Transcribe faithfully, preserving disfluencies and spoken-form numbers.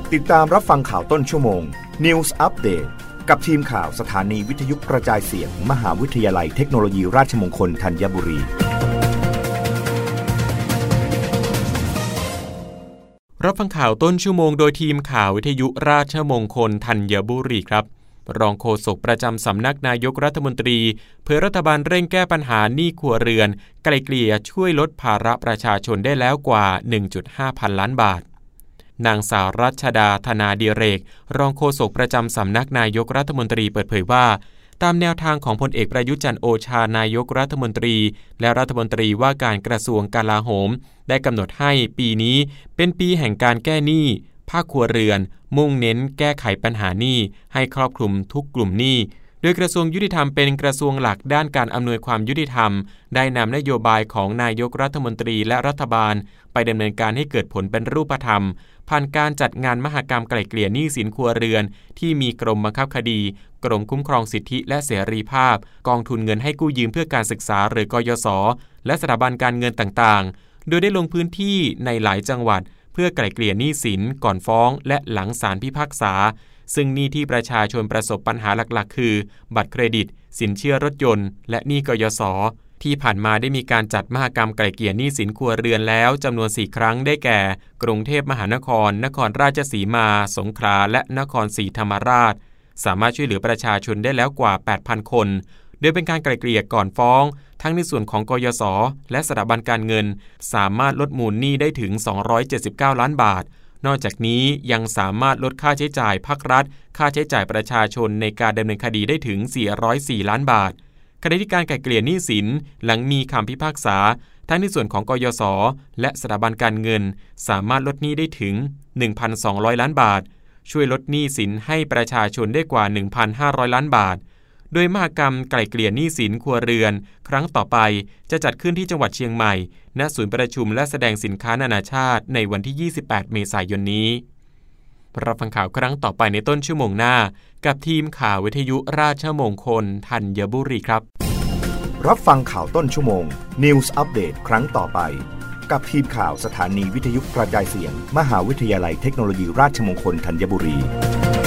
ติดตามรับฟังข่าวต้นชั่วโมง News Update กับทีมข่าวสถานีวิทยุกระจายเสียง มหาวิทยาลัยเทคโนโลยีราชมงคลธัญบุรีรับฟังข่าวต้นชั่วโมงโดยทีมข่าววิทยุราชมงคลธัญบุรีครับรองโฆษกประจำสำนักนายกรัฐมนตรีเผยรัฐบาลเร่งแก้ปัญหาหนี้ครัวเรือนไกล่เกลี่ยช่วยลดภาระประชาชนได้แล้วกว่า หนึ่งจุดห้า พันล้านบาทนางสาวรัชดาธนาดิเรกรองโฆษกประจำสำนักนายกรัฐมนตรีเปิดเผยว่าตามแนวทางของพลเอกประยุทธ์จันทร์โอชานายกรัฐมนตรีและรัฐมนตรีว่าการกระทรวงกลาโหมได้กำหนดให้ปีนี้เป็นปีแห่งการแก้หนี้ภาคครัวเรือนมุ่งเน้นแก้ไขปัญหาหนี้ให้ครอบคลุมทุกกลุ่มหนี้โดยกระทรวงยุติธรรมเป็นกระทรวงหลักด้านการอำนวยความยุติธรรมได้นำนโยบายของนายกรัฐมนตรีและรัฐบาลไปดำเนินการให้เกิดผลเป็นรูปธรรมผ่านการจัดงานมหกรรมไกล่เกลี่ยหนี้สินครัวเรือนที่มีกรมบังคับคดีกรมคุ้มครองสิทธิและเสรีภาพกองทุนเงินให้กู้ยืมเพื่อการศึกษาหรือกยศและสถาบันการเงินต่างๆโดยได้ลงพื้นที่ในหลายจังหวัดเพื่อไกล่เกลี่ยหนี้สินก่อนฟ้องและหลังศาลพิพากษาซึ่งหนี้ที่ประชาชนประสบปัญหาหลักๆคือบัตรเครดิตสินเชื่อรถยนต์และหนี้กยศที่ผ่านมาได้มีการจัดมหกรรมไกล่เกลี่ยหนี้สินครัวเรือนแล้วจำนวนสี่ครั้งได้แก่กรุงเทพมหานครนครราชสีมาสงขลาและนครศรีธรรมราชสามารถช่วยเหลือประชาชนได้แล้วกว่า แปดพัน คนโดยเป็นการไกล่เกลี่ยก่อนฟ้องทั้งในส่วนของกยศและสถาบันการเงินสามารถลดมูลหนี้ได้ถึงสองร้อยเจ็ดสิบเก้าล้านบาทนอกจากนี้ยังสามารถลดค่าใช้จ่ายภาครัฐค่าใช้จ่ายประชาชนในการดำเนินคดีได้ถึงสี่ร้อยสี่ล้านบาทขณะที่การไกล่เกลี่ยหนี้สินหลังมีคำพิพากษาทั้งในส่วนของกยศและสถาบันการเงินสามารถลดหนี้ได้ถึง หนึ่งพันสองร้อยล้านบาทช่วยลดหนี้สินให้ประชาชนได้กว่า หนึ่งพันห้าร้อยล้านบาทโดยมหกรรมไกล่เกลี่ยหนี้สินครัวเรือนครั้งต่อไปจะจัดขึ้นที่จังหวัดเชียงใหม่ณศูนย์ประชุมและแสดงสินค้านานาชาติในวันที่ยี่สิบแปดเมษายนนี้รับฟังข่าวครั้งต่อไปในต้นชั่วโมงหน้ากับทีมข่าววิทยุราชมงคลธัญบุรีครับรับฟังข่าวต้นชั่วโมง News Update ครั้งต่อไปกับทีมข่าวสถานีวิทยุกระจายเสียงมหาวิทยาลัยเทคโนโลยีราชมงคลธัญบุรี